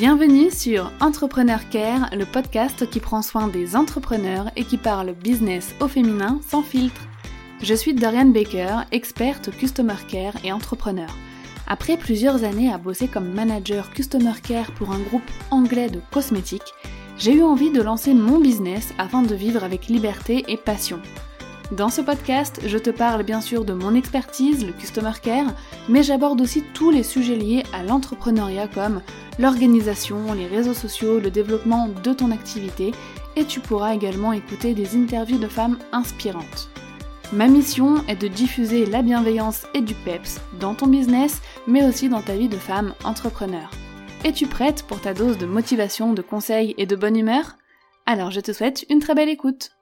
Bienvenue sur Entrepreneur Care, le podcast qui prend soin des entrepreneurs et qui parle business au féminin sans filtre. Je suis Dorian Baker, experte Customer Care et entrepreneur. Après plusieurs années à bosser comme manager Customer Care pour un groupe anglais de cosmétiques, j'ai eu envie de lancer mon business afin de vivre avec liberté et passion. Dans ce podcast, je te parle bien sûr de mon expertise, le Customer Care, mais j'aborde aussi tous les sujets liés à l'entrepreneuriat comme l'organisation, les réseaux sociaux, le développement de ton activité, et tu pourras également écouter des interviews de femmes inspirantes. Ma mission est de diffuser la bienveillance et du peps dans ton business, mais aussi dans ta vie de femme entrepreneur. Es-tu prête pour ta dose de motivation, de conseils et de bonne humeur ? Alors je te souhaite une très belle écoute.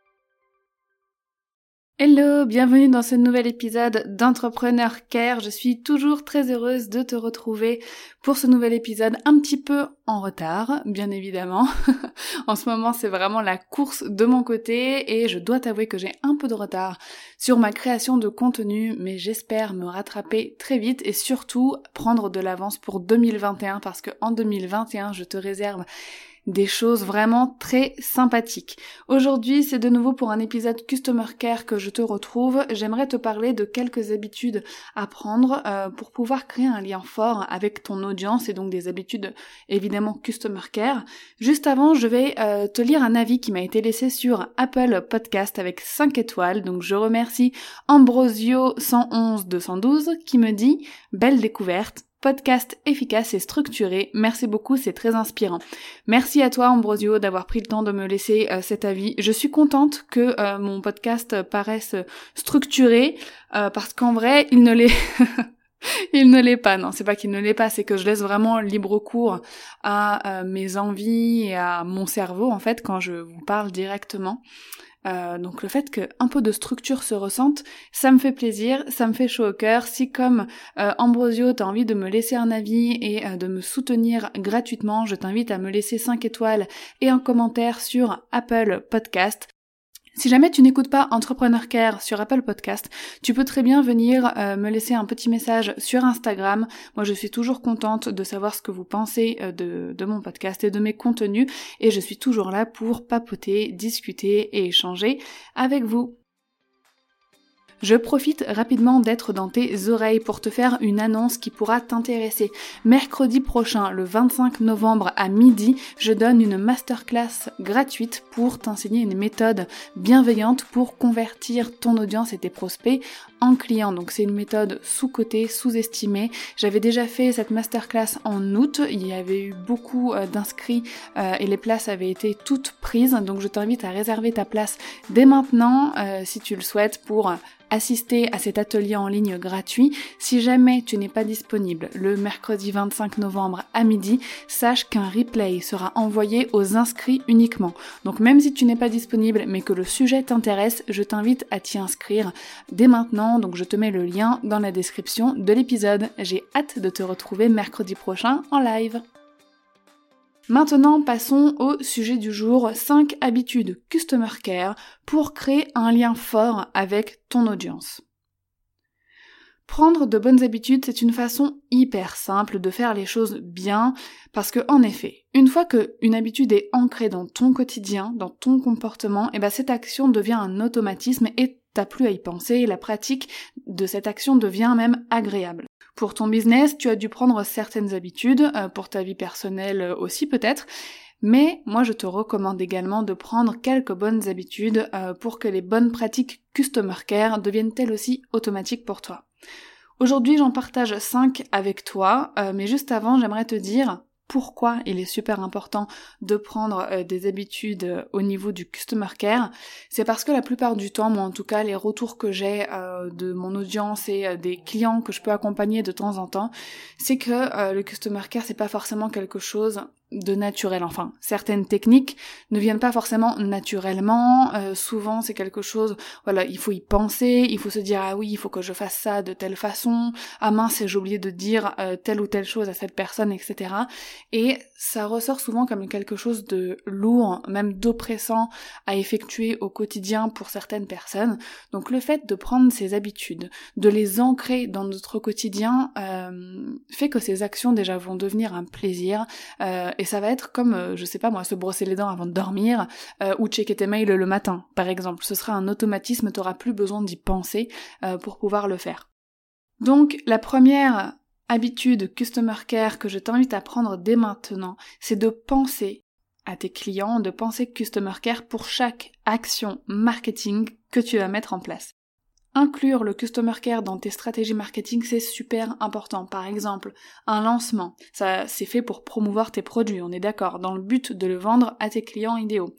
Hello, bienvenue dans ce nouvel épisode d'Entrepreneur Care. Je suis toujours très heureuse de te retrouver pour ce nouvel épisode un petit peu en retard, bien évidemment. En ce moment, c'est vraiment la course de mon côté et je dois t'avouer que j'ai un peu de retard sur ma création de contenu, mais j'espère me rattraper très vite et surtout prendre de l'avance pour 2021 parce que en 2021, je te réserve des choses vraiment très sympathiques. Aujourd'hui, c'est de nouveau pour un épisode Customer Care que je te retrouve. J'aimerais te parler de quelques habitudes à prendre pour pouvoir créer un lien fort avec ton audience et donc des habitudes évidemment Customer Care. Juste avant, je vais te lire un avis qui m'a été laissé sur Apple Podcast avec 5 étoiles. Donc je remercie Ambrosio 111-212 qui me dit « Belle découverte ». Podcast efficace et structuré, merci beaucoup, c'est très inspirant. Merci à toi Ambrosio d'avoir pris le temps de me laisser cet avis. Je suis contente que mon podcast paraisse structuré parce qu'en vrai, il ne l'est il ne l'est pas. Non, c'est pas qu'il ne l'est pas, c'est que je laisse vraiment libre cours à mes envies et à mon cerveau en fait quand je vous parle directement. Donc le fait qu'un peu de structure se ressente, ça me fait plaisir, ça me fait chaud au cœur. Si comme Ambrosio, t'as envie de me laisser un avis et de me soutenir gratuitement, je t'invite à me laisser 5 étoiles et un commentaire sur Apple Podcast. Si jamais tu n'écoutes pas Entrepreneur Care sur Apple Podcast, tu peux très bien venir me laisser un petit message sur Instagram. Moi, je suis toujours contente de savoir ce que vous pensez de mon podcast et de mes contenus et je suis toujours là pour papoter, discuter et échanger avec vous. Je profite rapidement d'être dans tes oreilles pour te faire une annonce qui pourra t'intéresser. Mercredi prochain, le 25 novembre à midi, je donne une masterclass gratuite pour t'enseigner une méthode bienveillante pour convertir ton audience et tes prospects en clients. Donc c'est une méthode sous-cotée, sous-estimée. J'avais déjà fait cette masterclass en août, il y avait eu beaucoup d'inscrits et les places avaient été toutes prises. Donc je t'invite à réserver ta place dès maintenant si tu le souhaites pour assister à cet atelier en ligne gratuit. Si jamais tu n'es pas disponible le mercredi 25 novembre à midi, sache qu'un replay sera envoyé aux inscrits uniquement. Donc même si tu n'es pas disponible mais que le sujet t'intéresse, je t'invite à t'y inscrire dès maintenant. Donc je te mets le lien dans la description de l'épisode. J'ai hâte de te retrouver mercredi prochain en live. Maintenant, passons au sujet du jour, 5 habitudes Customer Care pour créer un lien fort avec ton audience. Prendre de bonnes habitudes, c'est une façon hyper simple de faire les choses bien parce que, en effet, une fois qu'une habitude est ancrée dans ton quotidien, dans ton comportement, cette action devient un automatisme et t'as plus à y penser, la pratique de cette action devient même agréable. Pour ton business, tu as dû prendre certaines habitudes, pour ta vie personnelle aussi peut-être, mais moi je te recommande également de prendre quelques bonnes habitudes pour que les bonnes pratiques Customer Care deviennent elles aussi automatiques pour toi. Aujourd'hui j'en partage 5 avec toi, mais juste avant j'aimerais te dire pourquoi il est super important de prendre des habitudes au niveau du Customer Care. C'est parce que la plupart du temps, moi en tout cas, les retours que j'ai de mon audience et des clients que je peux accompagner de temps en temps, c'est que le Customer Care c'est pas forcément quelque chose de naturel. Enfin, certaines techniques ne viennent pas forcément naturellement. Souvent, c'est quelque chose, voilà, il faut y penser, il faut se dire, ah oui, il faut que je fasse ça de telle façon, ah mince, j'ai oublié de dire telle ou telle chose à cette personne, etc. Et ça ressort souvent comme quelque chose de lourd, même d'oppressant à effectuer au quotidien pour certaines personnes. Donc le fait de prendre ces habitudes, de les ancrer dans notre quotidien, fait que ces actions déjà vont devenir un plaisir, et ça va être comme, je sais pas moi, se brosser les dents avant de dormir, ou checker tes mails le matin, par exemple. Ce sera un automatisme, t'auras plus besoin d'y penser pour pouvoir le faire. Donc, la première habitude Customer Care que je t'invite à prendre dès maintenant, c'est de penser à tes clients, de penser Customer Care pour chaque action marketing que tu vas mettre en place. Inclure le Customer Care dans tes stratégies marketing, c'est super important. Par exemple, un lancement, ça c'est fait pour promouvoir tes produits, on est d'accord, dans le but de le vendre à tes clients idéaux.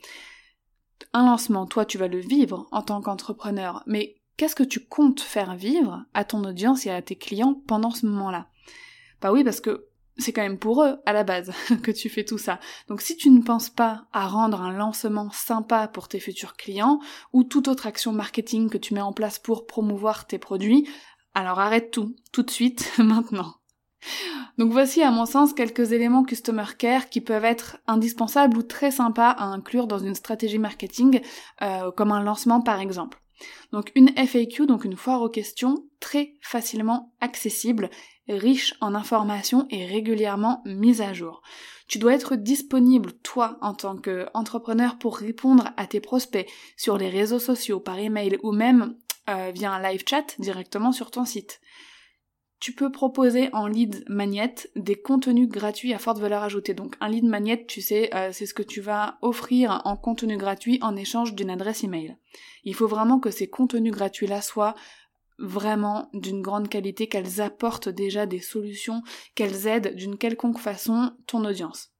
Un lancement, toi tu vas le vivre en tant qu'entrepreneur, mais qu'est-ce que tu comptes faire vivre à ton audience et à tes clients pendant ce moment-là ? Bah oui, parce que c'est quand même pour eux, à la base, que tu fais tout ça. Donc si tu ne penses pas à rendre un lancement sympa pour tes futurs clients, ou toute autre action marketing que tu mets en place pour promouvoir tes produits, alors arrête tout de suite, maintenant. Donc voici à mon sens quelques éléments Customer Care qui peuvent être indispensables ou très sympas à inclure dans une stratégie marketing, comme un lancement par exemple. Donc une FAQ, donc une foire aux questions, très facilement accessible, riche en informations et régulièrement mise à jour. Tu dois être disponible, toi, en tant qu'entrepreneur, pour répondre à tes prospects sur les réseaux sociaux, par email ou même via un live chat directement sur ton site. Tu peux proposer en lead magnet des contenus gratuits à forte valeur ajoutée. Donc un lead magnet, tu sais, c'est ce que tu vas offrir en contenu gratuit en échange d'une adresse email. Il faut vraiment que ces contenus gratuits-là soient vraiment d'une grande qualité, qu'elles apportent déjà des solutions, qu'elles aident d'une quelconque façon ton audience.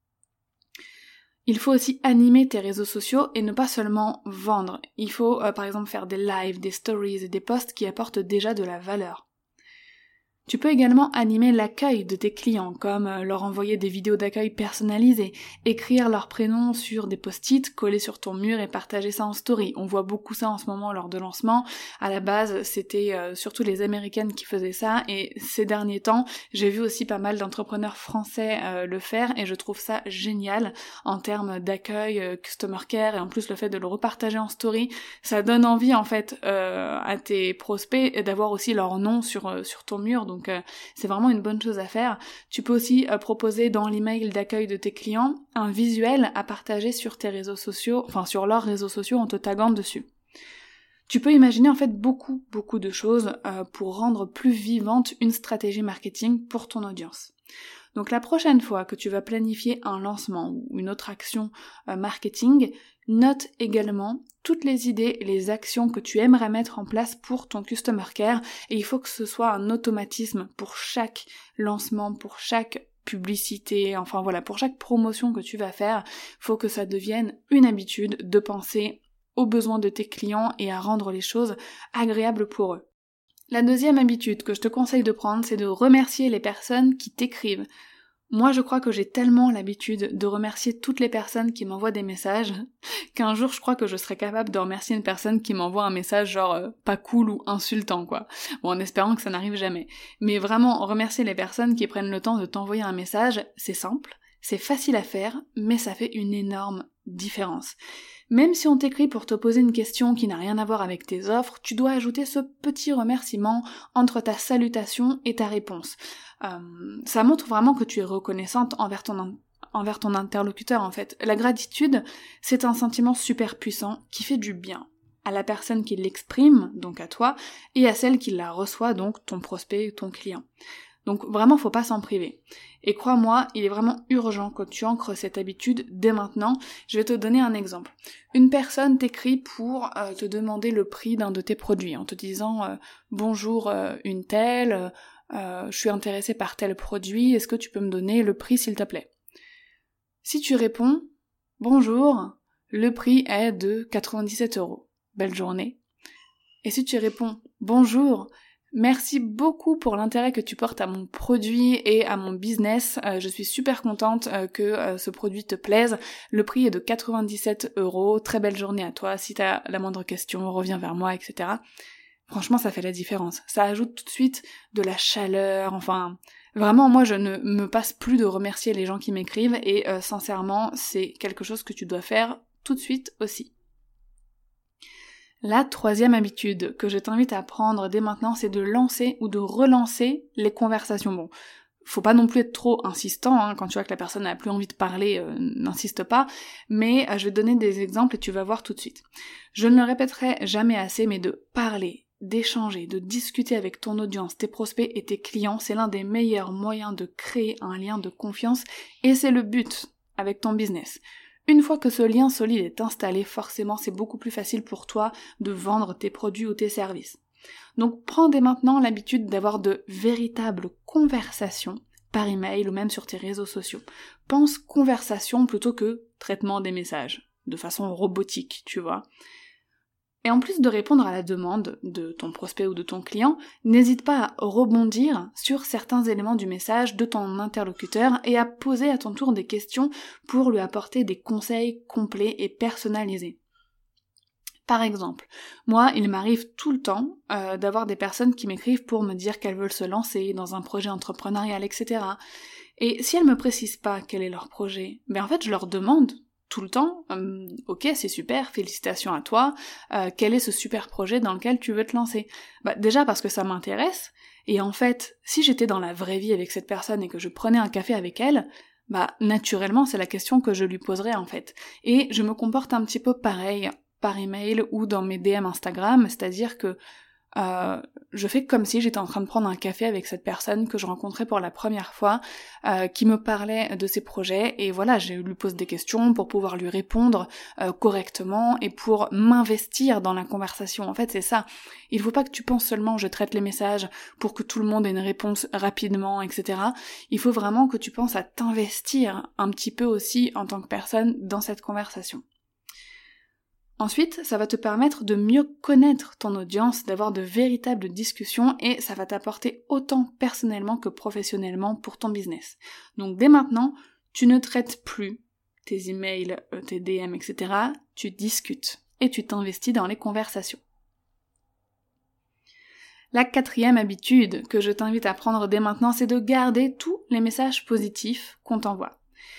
Il faut aussi animer tes réseaux sociaux et ne pas seulement vendre. Il faut par exemple faire des lives, des stories et des posts qui apportent déjà de la valeur. Tu peux également animer l'accueil de tes clients, comme leur envoyer des vidéos d'accueil personnalisées, écrire leur prénom sur des post-it, coller sur ton mur et partager ça en story. On voit beaucoup ça en ce moment lors de lancement. À la base, c'était surtout les Américaines qui faisaient ça, et ces derniers temps, j'ai vu aussi pas mal d'entrepreneurs français le faire, et je trouve ça génial en termes d'accueil, Customer Care, et en plus le fait de le repartager en story, ça donne envie en fait à tes prospects d'avoir aussi leur nom sur ton mur. Donc c'est vraiment une bonne chose à faire. Tu peux aussi proposer dans l'email d'accueil de tes clients un visuel à partager sur tes réseaux sociaux, enfin sur leurs réseaux sociaux en te taguant dessus. Tu peux imaginer en fait beaucoup de choses pour rendre plus vivante une stratégie marketing pour ton audience. Donc la prochaine fois que tu vas planifier un lancement ou une autre action marketing, note également toutes les idées et les actions que tu aimerais mettre en place pour ton Customer Care, et il faut que ce soit un automatisme pour chaque lancement, pour chaque publicité, enfin voilà, pour chaque promotion que tu vas faire, faut que ça devienne une habitude de penser aux besoins de tes clients et à rendre les choses agréables pour eux. La deuxième habitude que je te conseille de prendre, c'est de remercier les personnes qui t'écrivent. Moi, je crois que j'ai tellement l'habitude de remercier toutes les personnes qui m'envoient des messages qu'un jour, je crois que je serais capable de remercier une personne qui m'envoie un message genre pas cool ou insultant, quoi. Bon, en espérant que ça n'arrive jamais. Mais vraiment, remercier les personnes qui prennent le temps de t'envoyer un message, c'est simple, c'est facile à faire, mais ça fait une énorme différence. Même si on t'écrit pour te poser une question qui n'a rien à voir avec tes offres, tu dois ajouter ce petit remerciement entre ta salutation et ta réponse. Ça montre vraiment que tu es reconnaissante envers ton interlocuteur en fait. La gratitude, c'est un sentiment super puissant qui fait du bien à la personne qui l'exprime, donc à toi, et à celle qui la reçoit, donc ton prospect, ton client. Donc vraiment, faut pas s'en priver. Et crois-moi, il est vraiment urgent que tu ancres cette habitude dès maintenant. Je vais te donner un exemple. Une personne t'écrit pour te demander le prix d'un de tes produits, en te disant bonjour une telle, je suis intéressée par tel produit, est-ce que tu peux me donner le prix s'il te plaît ? Si tu réponds bonjour, le prix est de 97 €. Belle journée. Et si tu réponds bonjour, Merci beaucoup pour l'intérêt que tu portes à mon produit et à mon business. Je suis super contente que ce produit te plaise. Le prix est de 97 €. Très belle journée à toi. Si t'as la moindre question, reviens vers moi, etc. Franchement, ça fait la différence. Ça ajoute tout de suite de la chaleur, enfin... Vraiment, moi, je ne me passe plus de remercier les gens qui m'écrivent et sincèrement, c'est quelque chose que tu dois faire tout de suite aussi. La troisième habitude que je t'invite à prendre dès maintenant, c'est de lancer ou de relancer les conversations. Bon, faut pas non plus être trop insistant, hein, quand tu vois que la personne n'a plus envie de parler, n'insiste pas, mais je vais te donner des exemples et tu vas voir tout de suite. Je ne le répéterai jamais assez, mais de parler, d'échanger, de discuter avec ton audience, tes prospects et tes clients, c'est l'un des meilleurs moyens de créer un lien de confiance et c'est le but avec ton business. Une fois que ce lien solide est installé, forcément c'est beaucoup plus facile pour toi de vendre tes produits ou tes services. Donc prends dès maintenant l'habitude d'avoir de véritables conversations par email ou même sur tes réseaux sociaux. Pense conversation plutôt que traitement des messages, de façon robotique, tu vois. Et en plus de répondre à la demande de ton prospect ou de ton client, n'hésite pas à rebondir sur certains éléments du message de ton interlocuteur et à poser à ton tour des questions pour lui apporter des conseils complets et personnalisés. Par exemple, moi, il m'arrive tout le temps d'avoir des personnes qui m'écrivent pour me dire qu'elles veulent se lancer dans un projet entrepreneurial, etc. Et si elles me précisent pas quel est leur projet, en fait, je leur demande tout le temps, ok, c'est super, félicitations à toi, quel est ce super projet dans lequel tu veux te lancer? Déjà parce que ça m'intéresse, et en fait, si j'étais dans la vraie vie avec cette personne et que je prenais un café avec elle, naturellement, c'est la question que je lui poserais en fait. Et je me comporte un petit peu pareil par email ou dans mes DM Instagram, c'est-à-dire que je fais comme si j'étais en train de prendre un café avec cette personne que je rencontrais pour la première fois, qui me parlait de ses projets, et voilà, je lui pose des questions pour pouvoir lui répondre correctement et pour m'investir dans la conversation. En fait, c'est ça. Il faut pas que tu penses seulement je traite les messages pour que tout le monde ait une réponse rapidement, etc. Il faut vraiment que tu penses à t'investir un petit peu aussi en tant que personne dans cette conversation. Ensuite, ça va te permettre de mieux connaître ton audience, d'avoir de véritables discussions et ça va t'apporter autant personnellement que professionnellement pour ton business. Donc dès maintenant, tu ne traites plus tes emails, tes DM, etc. Tu discutes et tu t'investis dans les conversations. La quatrième habitude que je t'invite à prendre dès maintenant, c'est de garder tous les messages positifs qu'on t'envoie.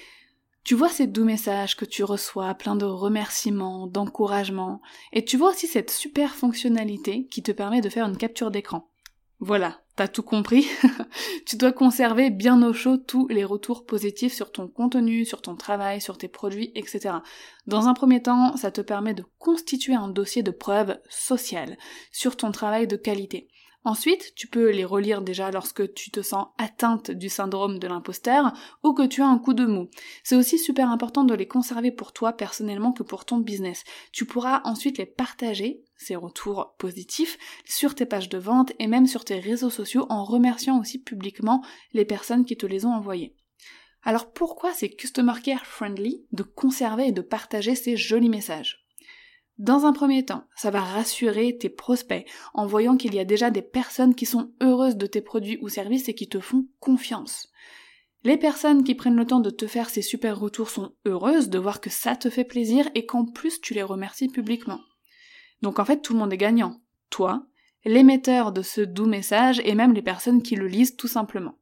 Tu vois ces doux messages que tu reçois, plein de remerciements, d'encouragements, et tu vois aussi cette super fonctionnalité qui te permet de faire une capture d'écran. Voilà, t'as tout compris. Tu dois conserver bien au chaud tous les retours positifs sur ton contenu, sur ton travail, sur tes produits, etc. Dans un premier temps, ça te permet de constituer un dossier de preuves sociales sur ton travail de qualité. Ensuite, tu peux les relire déjà lorsque tu te sens atteinte du syndrome de l'imposteur ou que tu as un coup de mou. C'est aussi super important de les conserver pour toi personnellement que pour ton business. Tu pourras ensuite les partager, ces retours positifs, sur tes pages de vente et même sur tes réseaux sociaux en remerciant aussi publiquement les personnes qui te les ont envoyés. Alors pourquoi c'est Customer Care Friendly de conserver et de partager ces jolis messages ? Dans un premier temps, ça va rassurer tes prospects en voyant qu'il y a déjà des personnes qui sont heureuses de tes produits ou services et qui te font confiance. Les personnes qui prennent le temps de te faire ces super retours sont heureuses de voir que ça te fait plaisir et qu'en plus tu les remercies publiquement. Donc en fait tout le monde est gagnant. Toi, l'émetteur de ce doux message et même les personnes qui le lisent tout simplement.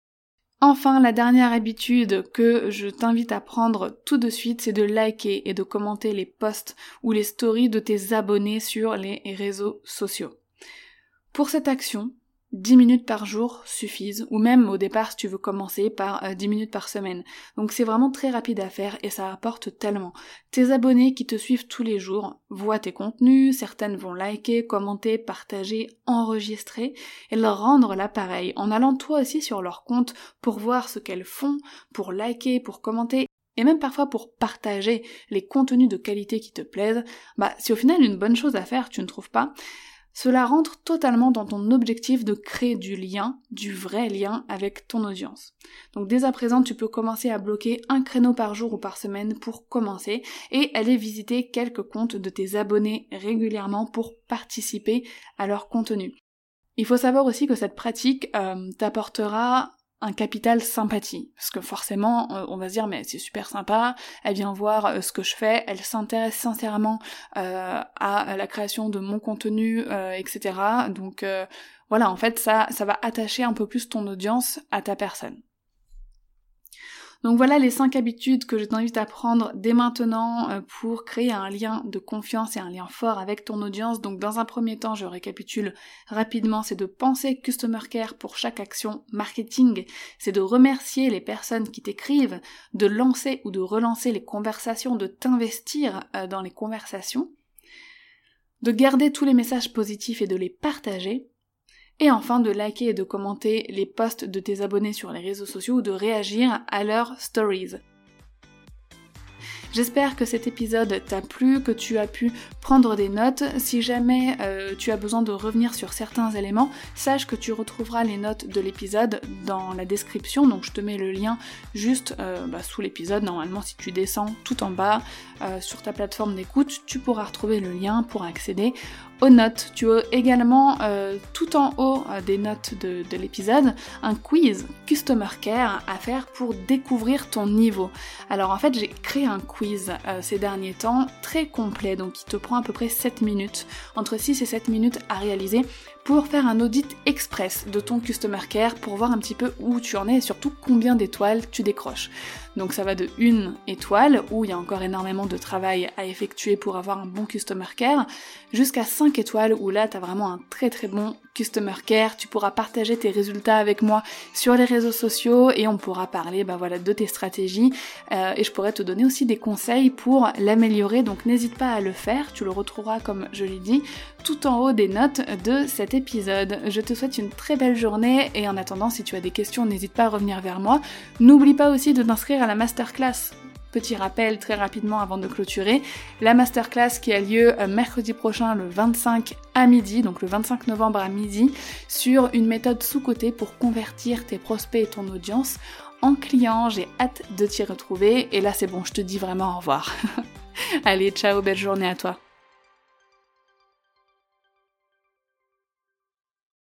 Enfin, la dernière habitude que je t'invite à prendre tout de suite, c'est de liker et de commenter les posts ou les stories de tes abonnés sur les réseaux sociaux. Pour cette action, 10 minutes par jour suffisent, ou même au départ si tu veux commencer par 10 minutes par semaine. Donc c'est vraiment très rapide à faire et ça apporte tellement. Tes abonnés qui te suivent tous les jours voient tes contenus, certaines vont liker, commenter, partager, enregistrer et leur rendre l'appareil en allant toi aussi sur leur compte pour voir ce qu'elles font, pour liker, pour commenter et même parfois pour partager les contenus de qualité qui te plaisent. C'est au final une bonne chose à faire, tu ne trouves pas ? Cela rentre totalement dans ton objectif de créer du lien, du vrai lien avec ton audience. Donc dès à présent, tu peux commencer à bloquer un créneau par jour ou par semaine pour commencer et aller visiter quelques comptes de tes abonnés régulièrement pour participer à leur contenu. Il faut savoir aussi que cette pratique t'apportera un capital sympathie, parce que forcément on va se dire mais c'est super sympa, elle vient voir ce que je fais, elle s'intéresse sincèrement à la création de mon contenu, etc. Donc voilà, en fait ça va attacher un peu plus ton audience à ta personne. Donc voilà les 5 habitudes que je t'invite à prendre dès maintenant pour créer un lien de confiance et un lien fort avec ton audience. Donc dans un premier temps, je récapitule rapidement, c'est de penser Customer Care pour chaque action marketing, c'est de remercier les personnes qui t'écrivent, de lancer ou de relancer les conversations, de t'investir dans les conversations, de garder tous les messages positifs et de les partager, et enfin de liker et de commenter les posts de tes abonnés sur les réseaux sociaux ou de réagir à leurs stories. J'espère que cet épisode t'a plu, que tu as pu prendre des notes. Si jamais tu as besoin de revenir sur certains éléments, sache que tu retrouveras les notes de l'épisode dans la description, donc je te mets le lien juste sous l'épisode. Normalement, si tu descends tout en bas sur ta plateforme d'écoute, tu pourras retrouver le lien pour accéder aux notes. Tu as également tout en haut des notes de l'épisode un quiz Customer Care à faire pour découvrir ton niveau. Alors en fait j'ai créé un quiz ces derniers temps très complet, donc qui te prend à peu près 7 minutes, entre 6 et 7 minutes à réaliser pour faire un audit express de ton Customer Care pour voir un petit peu où tu en es et surtout combien d'étoiles tu décroches. Donc ça va de 1 étoile, où il y a encore énormément de travail à effectuer pour avoir un bon Customer Care, jusqu'à 5 étoiles, où là t'as vraiment un très très bon Customer Care. Tu pourras partager tes résultats avec moi sur les réseaux sociaux et on pourra parler de tes stratégies et je pourrais te donner aussi des conseils pour l'améliorer, donc n'hésite pas à le faire, tu le retrouveras comme je l'ai dit tout en haut des notes de cet épisode. Je te souhaite une très belle journée et en attendant, si tu as des questions, n'hésite pas à revenir vers moi. N'oublie pas aussi de t'inscrire à la masterclass. Petit rappel très rapidement avant de clôturer, la masterclass qui a lieu mercredi prochain le 25 à midi, donc le 25 novembre à midi, sur une méthode sous-cotée pour convertir tes prospects et ton audience en clients. J'ai hâte de t'y retrouver et là c'est bon, je te dis vraiment au revoir. Allez, ciao, belle journée à toi.